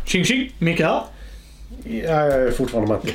Tjing tjing, Micke här. Ja, jag är fortfarande Matti.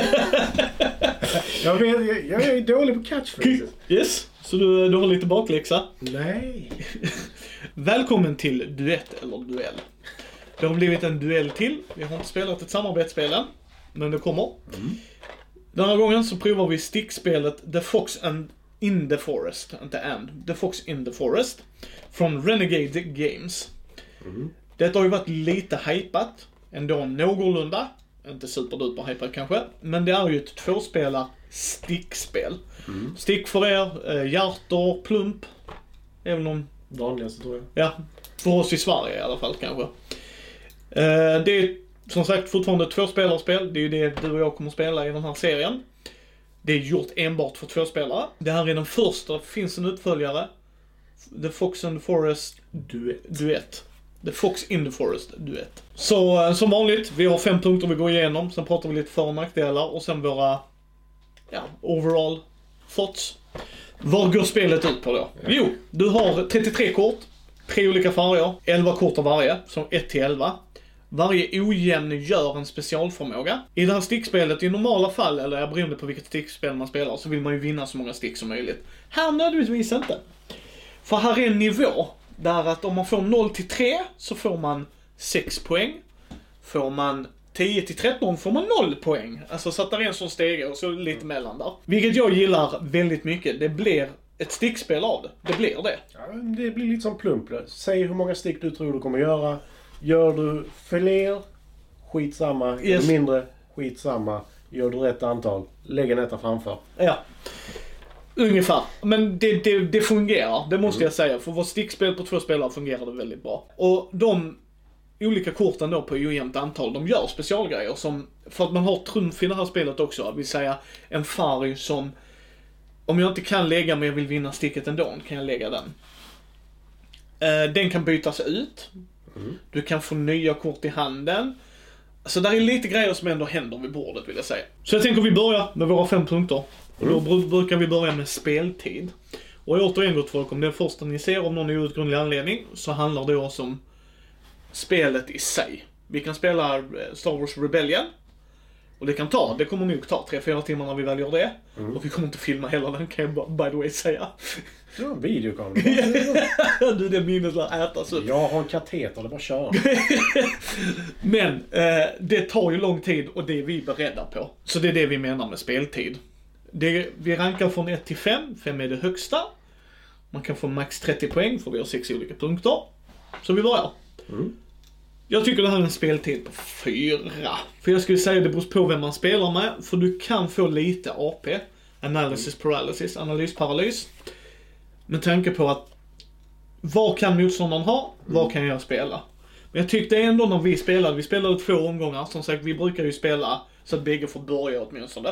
jag är dålig på catchphrases. Yes, så du har lite bakläxa. Nej. Välkommen till duett eller duell. Det har blivit en duell till. Vi har inte spelat ett samarbetsspel än, men det kommer. Den här gången så provar vi stickspelet The Fox in the Forest. The Fox in the Forest. Från Renegade Games. Detta har ju varit lite hypat. Ändå någorlunda. Inte superduper hypat kanske. Men det är ju ett tvåspelar stickspel. Stick för er, hjärtor, plump. Även om... Vanligaste tror jag. Ja, för oss i Sverige i alla fall kanske. Det är som sagt fortfarande ett tvåspelarspel. Det är ju det du och jag kommer att spela i den här serien. Det är gjort enbart för tvåspelare. Det här är den första, finns en uppföljare. The Fox in the Forest Duett. The Fox in the Forest Duett. Så som vanligt, vi har 5 punkter vi går igenom. Sen pratar vi lite för- och nackdelar. Och sen våra overall thoughts. Vad går spelet ut på då? Jo, du har 33 kort. 3 olika färger. 11 kort av varje. Som 1-11. Varje ojämn gör en specialförmåga. I det här stickspelet, i normala fall, eller beroende på vilket stickspel man spelar, så vill man ju vinna så många stick som möjligt. Här nödvändigtvis inte. För här är en nivå där att om man får 0-3 så får man 6 poäng. Får man 10-13 får man 0 poäng. Alltså så att det är en sån stege och så lite mellan där. Vilket jag gillar väldigt mycket. Det blir ett stickspel av det. Det blir det. Ja, det blir lite som plump. Säg hur många stick du tror du kommer göra. Gör du fler, skitsamma. Yes. Gör du mindre, skitsamma. Gör du rätt antal, lägg en etta framför. Ja. Ungefär. Men det fungerar, det måste jag säga. För vårt stickspel på 2 spelare fungerar det väldigt bra. Och de olika korten då på ojämnt antal, de gör specialgrejer som, för att man har trumf i det här spelet också, det vill säga en färg som, om jag inte kan lägga men jag vill vinna sticket ändå, kan jag lägga den. Den kan bytas ut. Du kan få nya kort i handen. Så där är lite grejer som ändå händer vid bordet, vill jag säga. Så jag tänker vi börjar med våra 5 punkter. Då brukar vi börja med speltid. Och återigen gott folk, om det är första ni ser av någon outgrundlig anledning, så handlar det också om spelet i sig. Vi kan spela Star Wars Rebellion. Och det kommer nog ta 3-4 timmar när vi väl gör det. Och vi kommer inte filma hela den, kan jag by the way säga. Du har en videokamera. Du, det minnet lär ätas upp. Jag har en kateter, det bara kör. Men det tar ju lång tid och det är vi beredda på. Så det är det vi menar med speltid. Vi rankar från 1 till 5. 5 är det högsta. Man kan få max 30 poäng för vi har 6 olika punkter. Så vi börjar. Jag tycker det här är en speltid på 4. För jag skulle säga det beror på vem man spelar med. För du kan få lite AP. Analysis paralysis. Analysparalys. Med tanke på att vad kan motståndaren ha? Vad kan jag spela? Men jag tyckte ändå när vi spelade 2 omgångar. Som sagt, vi brukar ju spela så att bägge får börja åtminstone.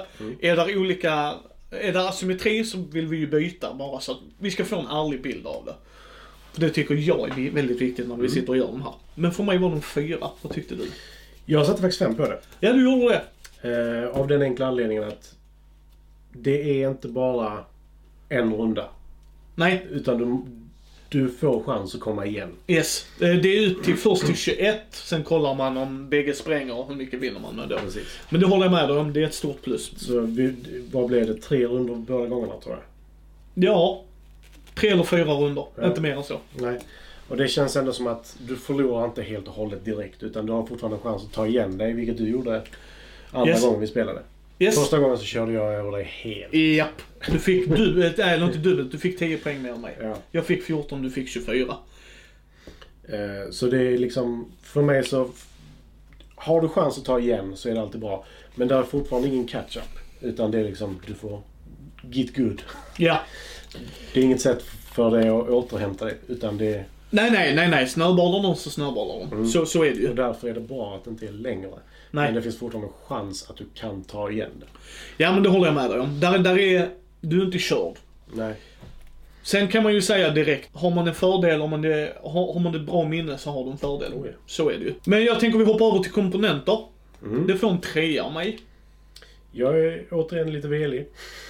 Är det asymmetri så vill vi ju byta bara så att vi ska få en ärlig bild av det. För det tycker jag är väldigt viktigt när vi sitter och gör de här. Men för mig var de 4. Vad tyckte du? Jag satte faktiskt 5 på det. Ja, du gjorde det. Av den enkla anledningen att det är inte bara en runda. Nej. Utan du får chans att komma igen. Yes. Det är ut till först till 21. Sen kollar man om bägge spränger och hur mycket vinner man med då. Precis. Men det håller jag med dig om. Det är ett stort plus. Så vad blev det? 3 rundor båda gångerna tror jag. Ja. 3 eller 4 rundor. Ja. Inte mer än så. Nej. Och det känns ändå som att du förlorar inte helt och hållet direkt. Utan du har fortfarande en chans att ta igen dig. Vilket du gjorde andra gången vi spelade. Yes. Första gången så körde jag över dig helt. Japp. Du fick inte dubbelt. Du fick 10 poäng mer än mig. Ja. Jag fick 14, du fick 24. Så det är liksom, för mig så har du chans att ta igen så är det alltid bra. Men det är fortfarande ingen catch-up. Utan det är liksom, du får get good. Ja. Det är inget sätt för dig att återhämta dig. Utan det är... Nej. Snöbollar de så snöbollar de. Så är det ju. Och därför är det bra att det inte är längre. Nej. Men det finns fortfarande en chans att du kan ta igen det. Ja, men det håller jag med dig om. Du är inte körd. Nej. Sen kan man ju säga direkt, har man en fördel, har man ett bra minne så har du en fördel. Oh ja. Så är det ju. Men jag tänker vi hoppar över till komponenter. Det får en 3 av mig. Jag är återigen lite velig.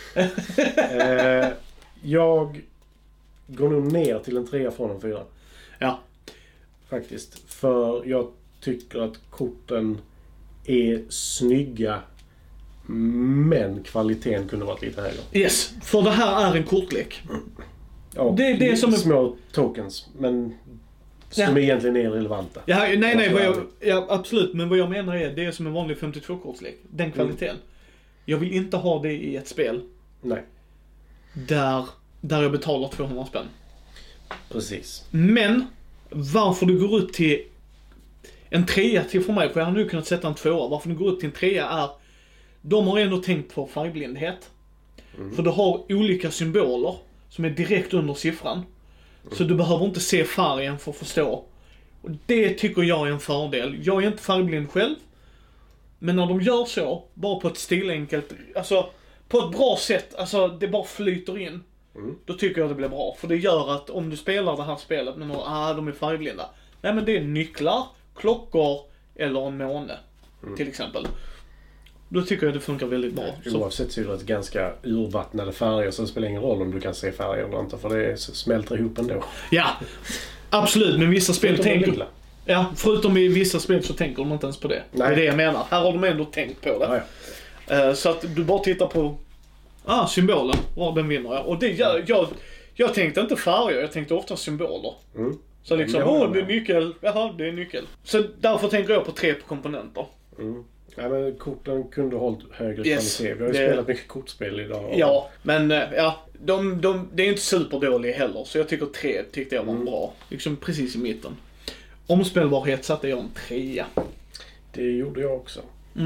Jag går nog ner till en 3 från en 4. Ja. Faktiskt. För jag tycker att korten är snygga, men kvaliteten kunde varit lite högre. Yes, för det här är en kortlek. Ja, det är som små tokens, men som egentligen är relevanta. Ja, absolut, men vad jag menar är det är som en vanlig 52-kortslek. Den kvaliteten. Jag vill inte ha det i ett spel. Nej. Där jag betalar 200 spänn. Precis. Men varför du går upp till en 3 till för mig, för jag har nu kunnat sätta en 2. Varför du går upp till en 3 är de har ändå tänkt på färgblindhet. För du har olika symboler som är direkt under siffran. Så du behöver inte se färgen för att förstå. Och det tycker jag är en fördel. Jag är inte färgblind själv. Men när de gör så, bara på ett stilenkelt, alltså på ett bra sätt, alltså det bara flyter in. Då tycker jag det blir bra. För det gör att om du spelar det här spelet med några, de är färgblinda. Nej, men det är nycklar, klockor eller en måne till exempel. Då tycker jag det funkar väldigt bra. Oavsett så är det ganska urvattnade färger, så det spelar ingen roll om du kan se färger eller inte, för det smälter ihop ändå. Ja, absolut, men vissa spel tänker... Ja, förutom i vissa spel så tänker de inte ens på det. Nej. Det är det jag menar. Här har de ändå tänkt på det. Ja. Så att du bara tittar på symbolen, den vinner jag. Och det gör, jag tänkte inte färger, jag tänkte ofta symboler. Så liksom, det är nyckel, jaha, det är nyckel. Så därför tänker jag på 3 komponenter. Ja, men korten kunde hållit högre kvalitet. Vi har ju spelat mycket kortspel idag. Ja, men det är inte superdålig heller. Så jag tycker 3 tyckte jag var bra. Liksom precis i mitten. Omspelbarhet satte jag en 3. Det gjorde jag också.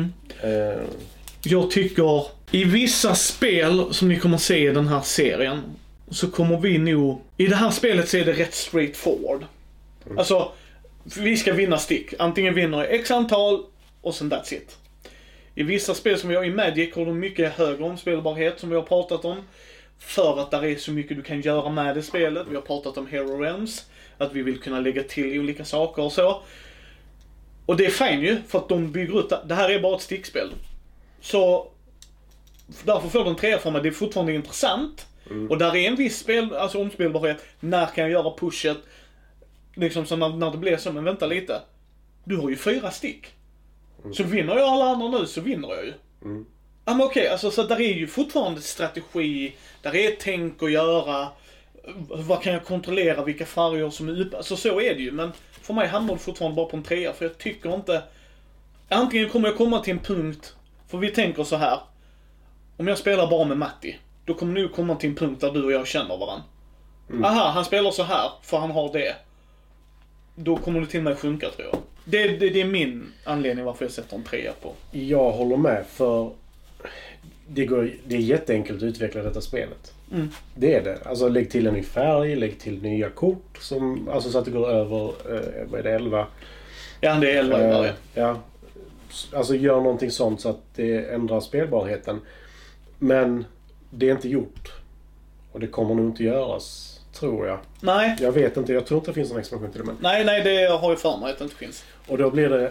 Jag tycker i vissa spel som ni kommer se i den här serien, så kommer vi nog... I det här spelet så är det rätt straightforward. Alltså, vi ska vinna stick. Antingen vinner jag x antal och sen that's it. I vissa spel som vi har i Magic har de mycket högre omspelbarhet som vi har pratat om. För att där är så mycket du kan göra med det spelet. Vi har pratat om Hero Realms. Att vi vill kunna lägga till olika saker och så. Och det är fint ju, för att de bygger ut... Det här är bara ett stickspel. Så därför får den 3 för mig. Det är fortfarande intressant. Och där är en viss omspelbarhet. När kan jag göra pushet? Liksom så när det blir så, men vänta lite. Du har ju 4 stick. Så vinner jag alla andra nu, så vinner jag ju. Men okej, alltså så där är ju fortfarande strategi. Där är tänk att göra. Vad kan jag kontrollera, vilka färger som är uppe. Alltså så är det ju, men för mig hamnar det fortfarande bara på en 3. För jag tycker inte... Antingen kommer jag komma till en punkt... För vi tänker så här. Om jag spelar bara med Matti, då kommer nu komma till en punkt där du och jag känner varandra. Aha, han spelar så här för han har det. Då kommer det till mig sjunka, tror jag. Det är min anledning varför jag sätter en 3 på. Jag håller med, för det är jätteenkelt att utveckla detta spelet. Det är det. Alltså lägg till en ny färg, lägg till nya kort som, alltså så att det går över, vad är det, 11? Ja, det är 11 i varje. Ja. Alltså gör någonting sånt så att det ändrar spelbarheten. Men det är inte gjort. Och det kommer nog inte göras, tror jag. Nej. Jag vet inte, jag tror inte det finns en expansion till det. Men... Nej, det har ju för mig att det inte finns. Och då blir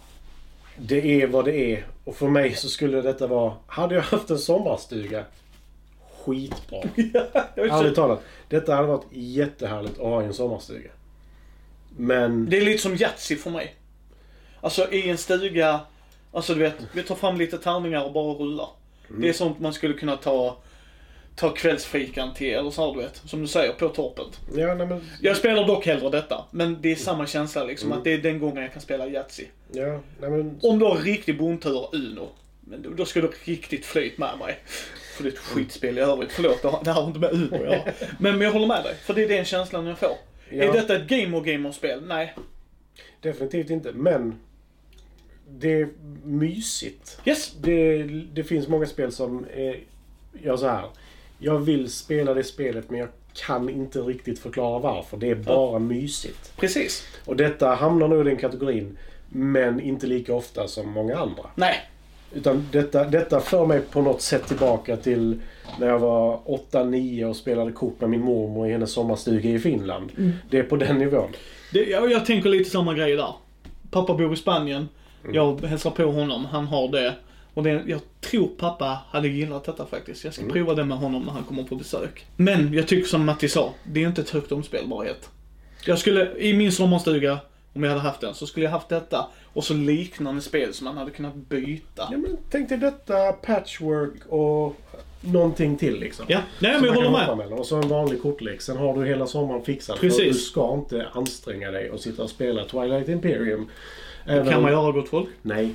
det är vad det är. Och för mig så skulle detta vara, hade jag haft en sommarstuga, skitbra. Ärligt talat. Detta hade varit jättehärligt att ha i en sommarstuga. Men... Det är lite som Yatzy för mig. Alltså i en stuga, alltså du vet, vi tar fram lite tärningar och bara rullar. Det är sånt man skulle kunna ta kvällsfikan till, eller så, du vet, som du säger, på torpet. Ja, nej, men... Jag spelar dock hellre detta, men det är samma känsla liksom, att det är den gången jag kan spela Yatzy. Ja, nej, men... Om du har riktig bondtur Uno, men då ska du riktigt flyt med mig. För det är ett skitspel i övrigt, förlåt, det har inte med Uno att göra. Men jag håller med dig, för det är den känslan jag får. Ja. Är detta ett gamer-spel? Nej. Definitivt inte, men det är mysigt. Yes. Det finns många spel som gör så här. Jag vill spela det spelet, men jag kan inte riktigt förklara varför. Det är bara mysigt. Precis. Och detta hamnar nog i den kategorin, men inte lika ofta som många andra. Nej. Utan detta för mig på något sätt tillbaka till när jag var 8-9 och spelade kort med min mormor i hennes sommarstuga i Finland. Det är på den nivån. Jag tänker lite samma grej där. Pappa bor i Spanien. Jag hälsar på honom. Han har det. Och jag tror pappa hade gillat detta faktiskt. Jag ska prova det med honom när han kommer på besök. Men jag tycker som Matti sa, det är inte ett högt omspelbarhet. Jag skulle, i min sommarstuga, om jag hade haft den, så skulle jag haft detta och så liknande spel som man hade kunnat byta. Ja, men tänk dig detta, patchwork och någonting till liksom. Ja, nej men jag håller med. Och så en vanlig kortlek. Sen har du hela sommaren fixat. Precis. För du ska inte anstränga dig och sitta och spela Twilight Imperium. Det kan man göra, gott folk. Nej.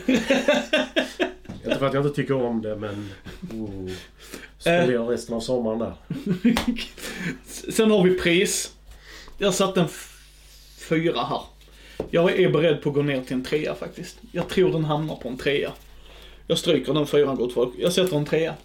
Inte för att jag inte tycker om det, men... spelera resten av sommaren där. Sen har vi pris. Jag satt en 4 här. Jag är beredd på att gå ner till en 3 faktiskt. Jag tror den hamnar på en 3. Jag stryker den 4, gott folk. Jag sätter en 3.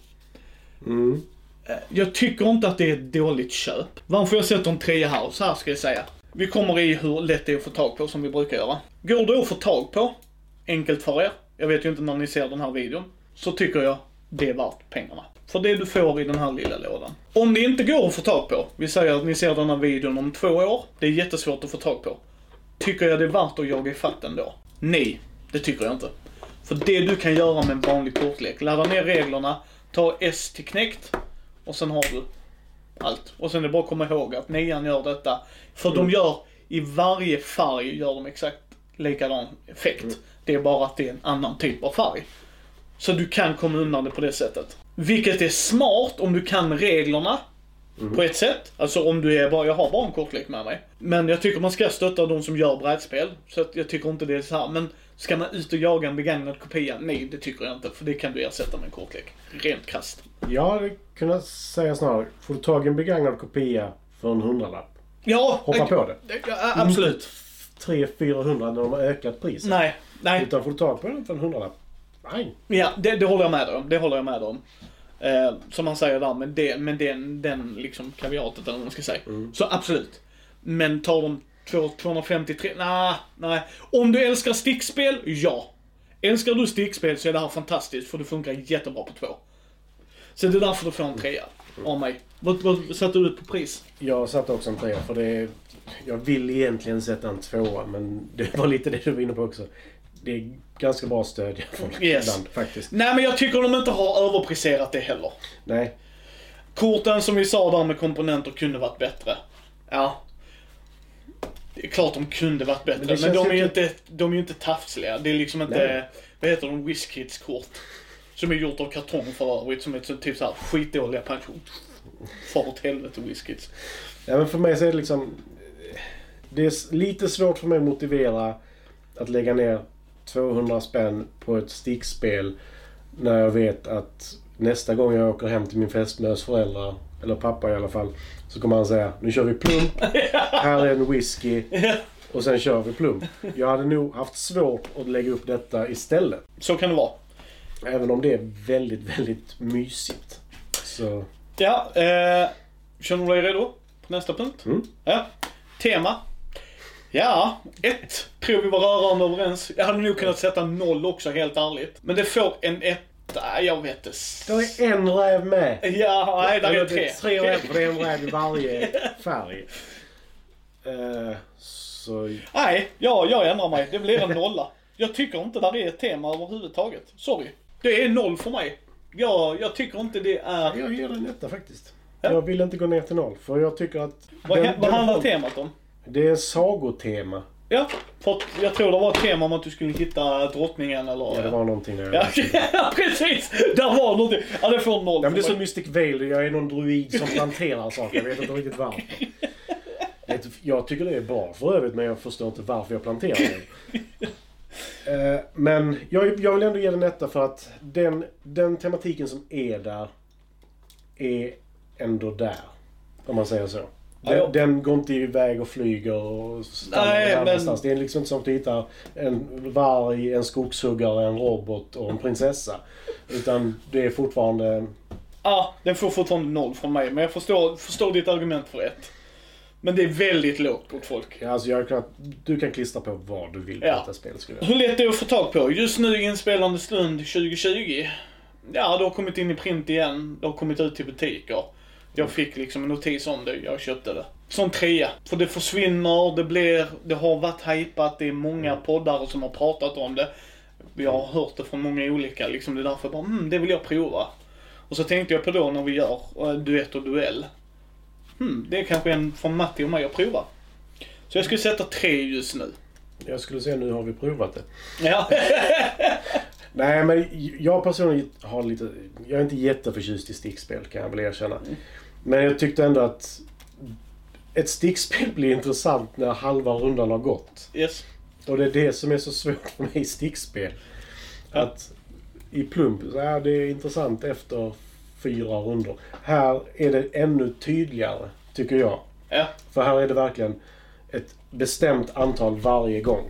Jag tycker inte att det är ett dåligt köp. Varför jag sätter en 3 här? Så här ska jag säga. Vi kommer i hur lätt det är att få tag på, som vi brukar göra. Går det att få tag på, enkelt för er, jag vet ju inte när ni ser den här videon, så tycker jag det är värt pengarna. För det du får i den här lilla lådan. Om det inte går att få tag på, vi säger att ni ser den här videon om 2 år, det är jättesvårt att få tag på. Tycker jag det är värt att jaga ifatt ändå? Nej, det tycker jag inte. För det du kan göra med en vanlig kortlek, ladda ner reglerna, ta S till knäckt och sen har du allt. Och sen är det bara att komma ihåg att 9 gör detta. För de gör, i varje färg gör de exakt likadan effekt. Det är bara att det är en annan typ av färg. Så du kan komma undan det på det sättet. Vilket är smart om du kan reglerna på ett sätt. Alltså om du är bara, jag har bara en kortlek med mig. Men jag tycker man ska stötta de som gör brädspel. Så att jag tycker inte det är så här. Men ska man ut och jaga en begagnad kopia? Nej, det tycker jag inte. För det kan du ersätta med en kortlek. Rent krasst. Ja, det kunde säga snarare. Får du tag i en begagnad kopia för en 100-lapp? Ja, hoppa på det. Ja, absolut. 300-400 när de har ökat priset. Nej. Utan får du tag på den för en 100-lapp? Nej. Ja, det håller jag med om. Det håller jag med om. Som man säger där, med den liksom kaviatet eller vad man ska säga. Så absolut. Men tar de 253? Nej. Om du älskar stickspel, ja. Älskar du stickspel så är det här fantastiskt, för det funkar jättebra på 2. Så det är därför du får en 3 av mig. Vad satte du ut på pris? Jag satte också en 3 för det. Jag vill egentligen sätta en 2, men det var lite det du var inne på också. Det är ganska bra stöd folk ibland, faktiskt. Nej, men jag tycker de inte har överpriserat det heller. Nej. Korten som vi sa där med komponenter kunde varit bättre. Ja. Det är klart de kunde varit bättre, men de är ju inte tafsliga. Det är liksom inte, vad heter de, WizKids kort. Som är gjort av kartong för övrigt, som är typ så här skitdåliga pension. Far åt helvete WizKids. Ja, men för mig så är det liksom, det är lite svårt för mig att motivera att lägga ner 200 spänn på ett stickspel när jag vet att nästa gång jag åker hem till min fästmös föräldrar, eller pappa i alla fall, så kommer han säga, nu kör vi plump, här är en whisky och sen kör vi plump. Jag hade nog haft svårt att lägga upp detta istället. Så kan det vara. Även om det är väldigt, väldigt mysigt. Så... Ja, känner du dig redo på nästa punkt? Ja. Tema. Ja, 1 tror vi var rörande överens. Jag hade nog kunnat sätta 0 också, helt ärligt. Men det får en 1. Jag vet det. Det är en räv med. Ja, nej, där är 3. 3 räv, för det är en räv i varje färg. Så... Nej, jag ändrar mig. Det blir en 0. Jag tycker inte där är ett tema överhuvudtaget. Sorry. Det är 0 för mig. Jag tycker inte det är... Jag ger den 1 faktiskt. Ja. Jag vill inte gå ner till 0, för jag tycker att... Vad handlar temat om? Det är sagotema. Ja, för jag tror det var ett tema om att du skulle hitta drottningen eller... Ja, det var någonting där. Ja, precis! Där var någonting. Ja, det får 0. Ja, men det är som Mystic Vale. Jag är någon druid som planterar saker. Jag vet inte riktigt varför. Jag tycker det är bra för övrigt, men jag förstår inte varför jag planterar det. Men jag vill ändå ge den 1 för att den tematiken som är där är ändå där. Om man säger så. Den går inte iväg och flyger och stannar någonstans. Det är liksom inte som att du hittar en varg, en skogshuggare, en robot och en prinsessa. Utan det är fortfarande... Ja, den får fortfarande 0 från mig. Men jag förstår ditt argument för 1. Men det är väldigt lågt, gott folk. Ja, alltså du kan klistra på vad du vill på detta spel. Hur lätt är det att få tag på? Just nu inspelande stund 2020. Ja, det har kommit in i print igen. Det har kommit ut till butiker. Jag fick liksom en notis om det. Jag köpte det. Som 3. För det försvinner. Det har varit hypat. Det är många poddare som har pratat om det. Jag har hört det från många olika. Liksom det är därför jag bara, det vill jag prova. Och så tänkte jag på då när vi gör duett och duell. Det är kanske en från Matti och mig att prova. Så jag skulle sätta 3 just nu. Jag skulle säga nu har vi provat det. Ja. Nej, men jag personligen jag är inte jätteförtjust i stickspel, kan jag väl erkänna. Men jag tyckte ändå att ett stickspel blir intressant när halva rundan har gått. Yes. Och det är det som är så svårt för mig i stickspel. Att i plump, så är det intressant efter 4 rundor. Här är det ännu tydligare, tycker jag. Ja. För här är det verkligen ett bestämt antal varje gång.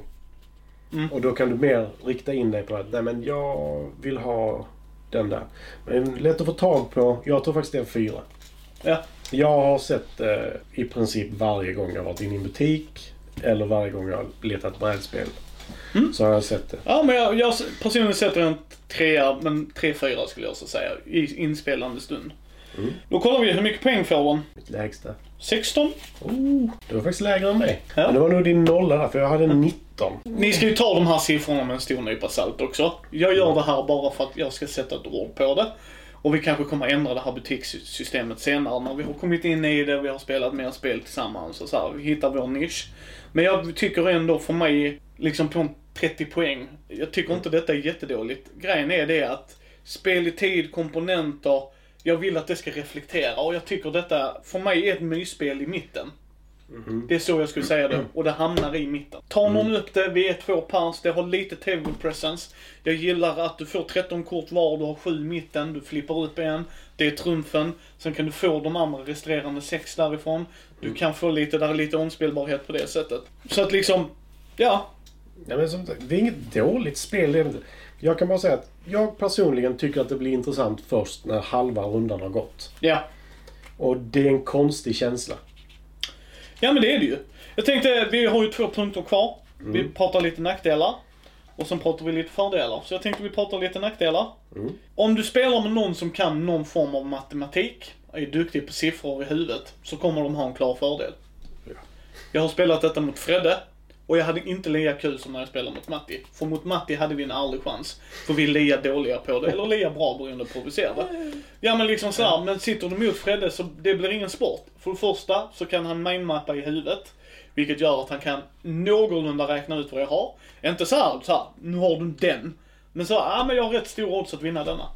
Och då kan du mer rikta in dig på att nej, men jag vill ha den där. Men lätt att få tag på. Jag tror faktiskt det är en 4. Ja. Jag har sett i princip varje gång jag varit inne i en butik eller varje gång jag har letat brädspel. Så har jag sett det. Ja, men jag personligen sätter en 3, men 3-4 skulle jag också säga i inspelande stund. Då kollar vi hur mycket poäng får de. Mitt lägsta. 16. Det var faktiskt lägre än mig. Ja. Men det var nog din nolla där, för jag hade 19. Ni ska ju ta de här siffrorna med en stor nypa salt också. Jag gör det här bara för att jag ska sätta ett ord på det. Och vi kanske kommer ändra det här butikssystemet senare när vi har kommit in i det, vi har spelat mer spel tillsammans och så här, vi hittar vår nisch. Men jag tycker ändå för mig, liksom på en 30 poäng, jag tycker inte detta är jättedåligt. Grejen är det att spel i tid, komponenter, jag vill att det ska reflektera och jag tycker detta för mig är ett mysspel i mitten. Det är så jag skulle säga det, och det hamnar i mitten. Tar någon upp det, vi är 2 pers, det har lite table presence. Jag gillar att du får 13 kort var, du har 7 i mitten, du flippar upp en, det är trumfen. Sen kan du få de andra resterande 6 därifrån. Du kan få lite omspelbarhet på det sättet. Så att liksom, ja. Ja, men som sagt, det är inget dåligt spel. Det är inte. Jag kan bara säga att jag personligen tycker att det blir intressant först när halva rundan har gått. Ja. Och det är en konstig känsla. Ja, men det är det ju. Jag tänkte, vi har ju 2 punkter kvar. Vi pratar lite nackdelar. Och sen pratar vi lite fördelar. Så jag tänkte vi pratar lite nackdelar. Om du spelar med någon som kan någon form av matematik, är duktig på siffror i huvudet, så kommer de ha en klar fördel. Ja. Jag har spelat detta mot Fredde. Och jag hade inte lika kul som när jag spelade mot Matti. För mot Matti hade vi en ärlig chans. För vi lia dåliga på det. Eller lia bra beroende på hur vi ser det. Ja, men liksom så här, men sitter du mot Fredde så det blir ingen sport. För det första så kan han mindmappa i huvudet. Vilket gör att han kan någorlunda räkna ut vad jag har. Inte så här, nu har du den. Men så här, men jag har rätt stor odds att vinna denna.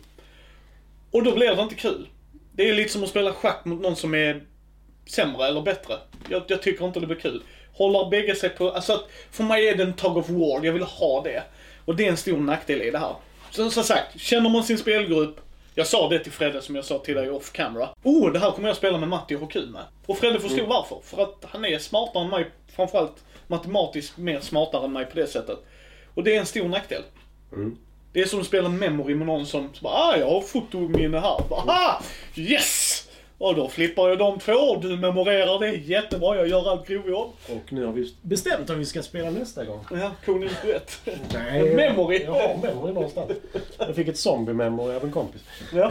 Och då blir det inte kul. Det är lite som att spela schack mot någon som är sämre eller bättre. Jag tycker inte det blir kul. Håller bägge sig på, alltså att för mig är det en tug of war, jag vill ha det. Och det är en stor nackdel i det här. Så sagt, känner man sin spelgrupp, jag sa det till Fredde som jag sa till dig off camera. Det här kommer jag spela med Matti och ha kul med. Och Fredde förstod varför. För att han är smartare än mig, framförallt matematiskt mer smartare än mig på det sättet. Och det är en stor nackdel. Det är som att spela memory med någon som bara, jag har fotominne här. Bara, yes! Och då flippar jag de 2, du memorerar det jättebra, jag gör allt grovjobb. Och nu har vi bestämt att vi ska spela nästa gång. Ja, Konings duett. Nej, memory. Jag har memory någonstans. Jag fick ett zombie-memory av en kompis. Ja.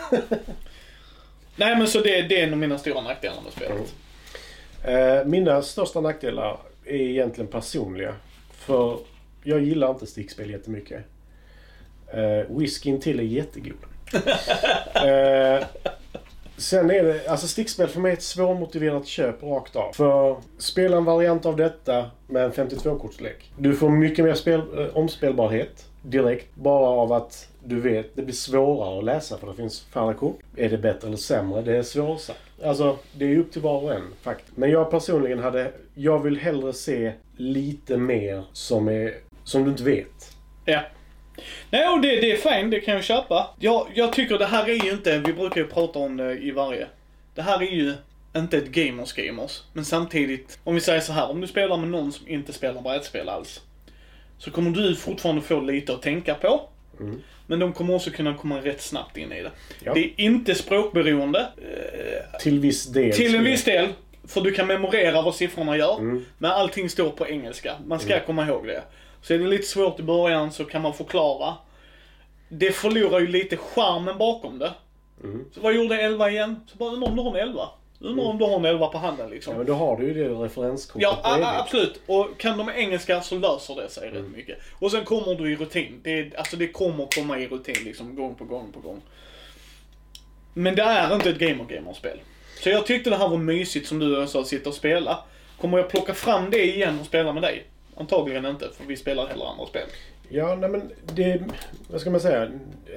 Nej, men så det är nog mina stora nackdelar med spelet. Mina största nackdelar är egentligen personliga. För jag gillar inte stickspel jättemycket. Whiskyn till är jättegod. Sen är det, alltså stickspel för mig är ett svårmotiverat köp rakt av. För spela en variant av detta med en 52-kortslek. Du får mycket mer omspelbarhet direkt. Bara av att du vet, det blir svårare att läsa för det finns färre kort. Är det bättre eller sämre? Det är svårsagt. Alltså, det är upp till var och en faktiskt. Men jag personligen jag vill hellre se lite mer som du inte vet. Ja. Nej, och det är fint, det kan jag köpa. Jag tycker det här är ju inte, vi brukar ju prata om det i varje. Det här är ju inte ett gamers. Men samtidigt, om vi säger så här, om du spelar med någon som inte spelar brädspel alls, så kommer du fortfarande få lite att tänka på. Men de kommer också kunna komma rätt snabbt in i det. Ja. Det är inte språkberoende. Till viss del. Till en viss del. För du kan memorera vad siffrorna gör. Men allting står på engelska. Man ska komma ihåg det. Så är det lite svårt i början så kan man förklara. Det förlorar ju lite charmen bakom det. Så vad gjorde 11 igen? Så bara undrar om du har en 11. Undrar om du har en 11 på handen liksom. Ja, men då har du ju det referenskortet. Ja, absolut. Och kan de engelska så löser det sig rätt mycket. Och sen kommer du i rutin. Det kommer komma i rutin liksom gång på gång. Men det är inte ett gamer-spel. Så jag tyckte det här var mysigt som du sa att sitta och spela. Kommer jag plocka fram det igen och spela med dig? Antagligen inte, för vi spelar heller andra spel. Ja, nej men det... Vad ska man säga?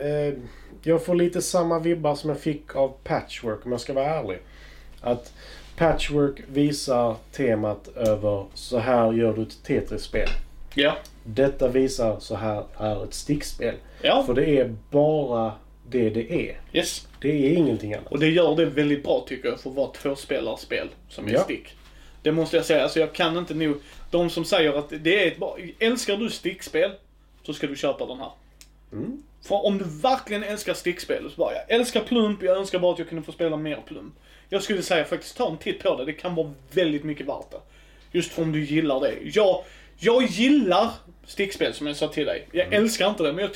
Jag får lite samma vibbar som jag fick av Patchwork, om jag ska vara ärlig. Att Patchwork visar temat över så här gör du ett Tetris-spel. Ja. Detta visar så här är ett stickspel. Ja. För det är bara det är. Yes. Det är ingenting annat. Och det gör det väldigt bra tycker jag för att vara tvåspelarspel som är stick. Det måste jag säga. Alltså jag kan inte nog... De som säger att det är ett bra... Älskar du stickspel så ska du köpa den här. Mm. För om du verkligen älskar stickspel så bara, jag älskar plump, jag önskar bara att jag kunde få spela mer plump. Jag skulle säga faktiskt ta en titt på det. Det kan vara väldigt mycket värt det. Just för om du gillar det. Jag gillar stickspel som jag sa till dig. Jag älskar inte det, men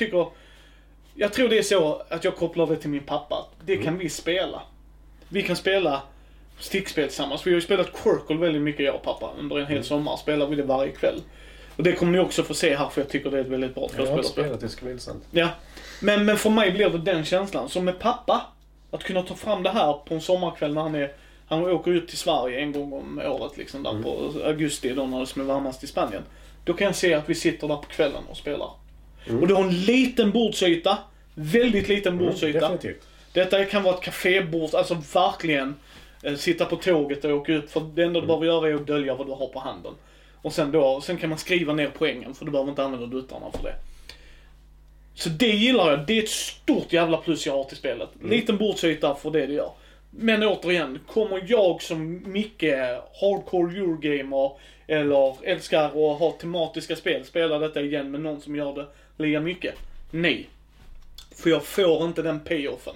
jag tror det är så att jag kopplar det till min pappa. Det kan vi spela. Vi kan spela stickspel tillsammans. Vi har ju spelat Quirkle väldigt mycket, jag och pappa. Under en hel sommar spelar vi det varje kväll. Och det kommer ni också få se här, för jag tycker det är ett väldigt bra tvåspelarspel. Jag har spelat, det ska bli intressant. Ja, men för mig blir det den känslan. Som med pappa, att kunna ta fram det här på en sommarkväll när han åker ut till Sverige en gång om året liksom där på augusti då när det är varmast i Spanien. Då kan jag se att vi sitter där på kvällen och spelar. Och du har en liten bordsyta, väldigt liten bordsyta. Definitivt. Detta kan vara ett kafébord, alltså verkligen sitta på tåget och åka ut, för det enda du behöver göra är att dölja vad du har på handen. Och sen kan man skriva ner poängen, för du behöver inte använda duttarna för det. Så det gillar jag, det är ett stort jävla plus jag har till spelet. Liten bordsyta för det gör. Men återigen, kommer jag som mycket hardcore Eurogamer eller älskar att ha tematiska spel, spela detta igen med någon som gör det lika mycket? Nej. För jag får inte den payoffen.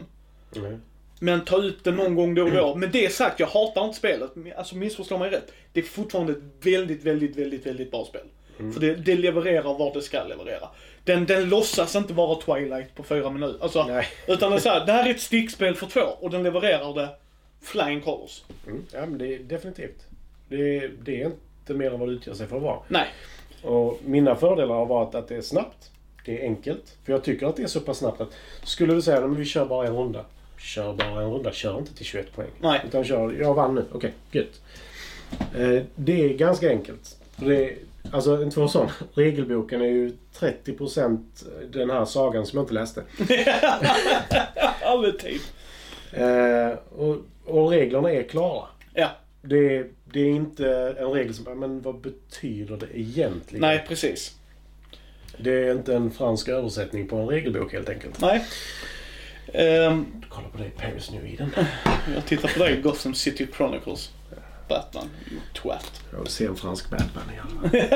Men ta ut det någon gång då och då. Men det sagt, jag hatar inte spelet. Alltså missförstå mig rätt. Det är fortfarande ett väldigt, väldigt, väldigt, väldigt bra spel. För det levererar vad det ska leverera. Den låtsas inte vara Twilight på 4 minuter. Alltså, utan det är så här, det här är ett stickspel för 2 och den levererar det flying colors. Ja, men det är definitivt. Det är inte mer än vad det utgör sig för att vara. Nej. Och mina fördelar har varit att det är snabbt. Det är enkelt. För jag tycker att det är så pass snabbt att skulle du säga att vi kör bara en runda. Kör bara en runda, kör inte till 21 poäng. Nej. Utan jag vann nu. Okej, gött. Det är ganska enkelt. Alltså inte för sån. Regelboken är ju 30% den här sagan som jag inte läste. Alltid. Och reglerna är klara. Ja. Det är inte en regel som, men vad betyder det egentligen? Nej, precis. Det är inte en fransk översättning på en regelbok helt enkelt. Nej. Kolla på dig, Paris New Eden. Jag tittar på dig, Gotham City Chronicles. Batman, you twat. Jag vill se en fransk Batman i alla fall.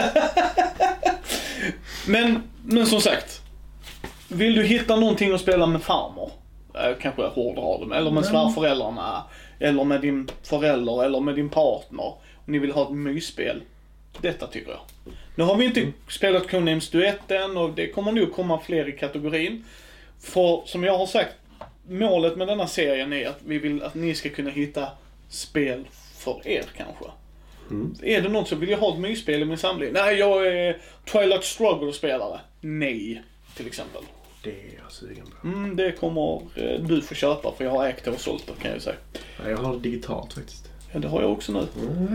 Men som sagt, vill du hitta någonting att spela med farmor, kanske hårdrar dem, eller med svärföräldrarna, eller med din förälder, eller med din partner, och ni vill ha ett mysspel, detta tycker jag. Nu har vi inte spelat Codenames duetten, och det kommer nog komma fler i kategorin. För som jag har sagt, målet med denna serien är att vi vill att ni ska kunna hitta spel för er kanske. Är det någon som vill jag ha ett mysspel i min samling? Nej, jag är Twilight Struggle-spelare. Nej, till exempel. Det är jag sugen på. Det kommer du få köpa, för jag har ägt det och sålt det, kan jag säga. Ja, jag har det digitalt faktiskt. Ja, det har jag också nu.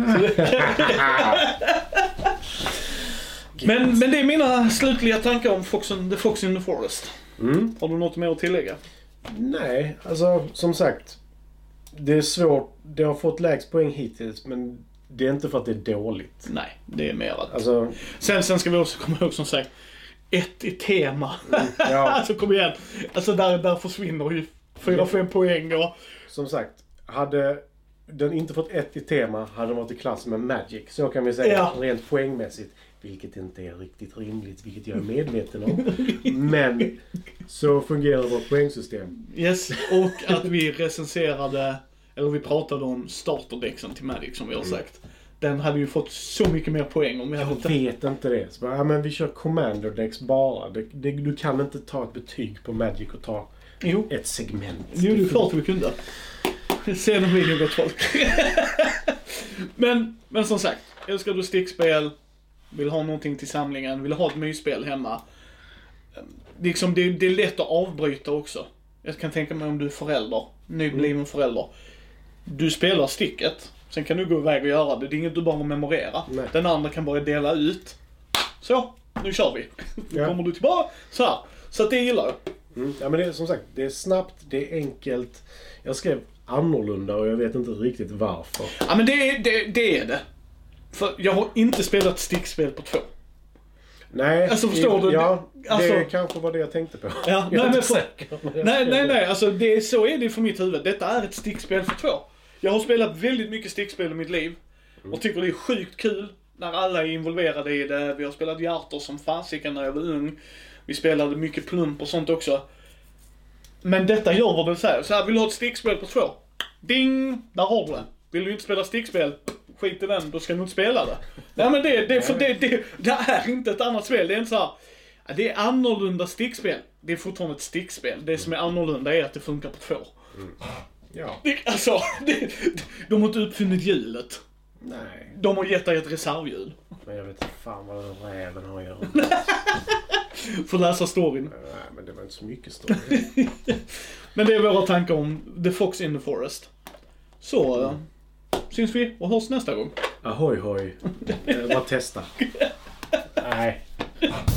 Men det är mina slutliga tankar om The Fox in the Forest. Har du något mer att tillägga? Nej, alltså som sagt. Det är svårt. Det har fått lägst poäng hittills, men det är inte för att det är dåligt. Nej, det är mer att... Alltså... Sen ska vi också komma ihåg som sagt, ett i tema. Ja. Alltså kom igen. Alltså där försvinner ju 4-5 poäng och... Som sagt, hade den inte fått ett i tema hade den varit i klass med Magic. Så kan vi säga rent poängmässigt. Vilket inte är riktigt rimligt, vilket jag är medveten om. Men så fungerar vårt poängsystem. Yes, och att vi recenserade, eller vi pratade om starterdexen till Magic som vi har sagt. Den hade ju fått så mycket mer poäng om vi hade... Jag vet inte det. Så bara, men vi kör Commander-dex bara. Du kan inte ta ett betyg på Magic och ta ett segment. Jo, det är klart vi kunde. Se den videon gott folk. men som sagt, älskar du stickspel, vill ha någonting till samlingen, vill ha ett mysspel hemma. Liksom, det är lätt att avbryta också. Jag kan tänka mig om du är förälder, nybliven förälder. Du spelar sticket, sen kan du gå iväg och göra det. Det är inget du bara memorera. Nej. Den andra kan bara dela ut Så, nu kör vi. Nu kommer du tillbaka. Så här. Så att det gillar jag. Ja, men det är som sagt, det är snabbt, det är enkelt. Jag skrev annorlunda och jag vet inte riktigt varför. Ja, men det är det. För jag har inte spelat stickspel på 2. Nej, alltså förstår du? Ja, alltså, det kanske var det jag tänkte på. Ja, nej, alltså så är det för mitt huvud. Detta är ett stickspel för 2. Jag har spelat väldigt mycket stickspel i mitt liv och tycker det är sjukt kul när alla är involverade i det. Vi har spelat hjärtor som fasiken när jag var ung. Vi spelade mycket plump och sånt också. Men detta gör vad det säger. Så här, vill du ha ett stickspel på 2? Ding! Där har du det. Vill du inte spela stickspel? Skit i den, då ska du inte spela det. Nej, men det är inte ett annat spel. Det är inte så här. Det är annorlunda stickspel. Det är fortfarande ett stickspel. Det som är annorlunda är att det funkar på 2. Ja. De har inte uppfunnit hjulet. Nej. De har gett dig ett reservhjul. Men jag vet inte fan vad den räven har att göra. Får läsa storyn. Nej, men det var inte så mycket story. Men det är våra tankar om The Fox in the Forest. Så syns vi och hörs nästa gång. Ahoy hoj. Bara testa. Nej.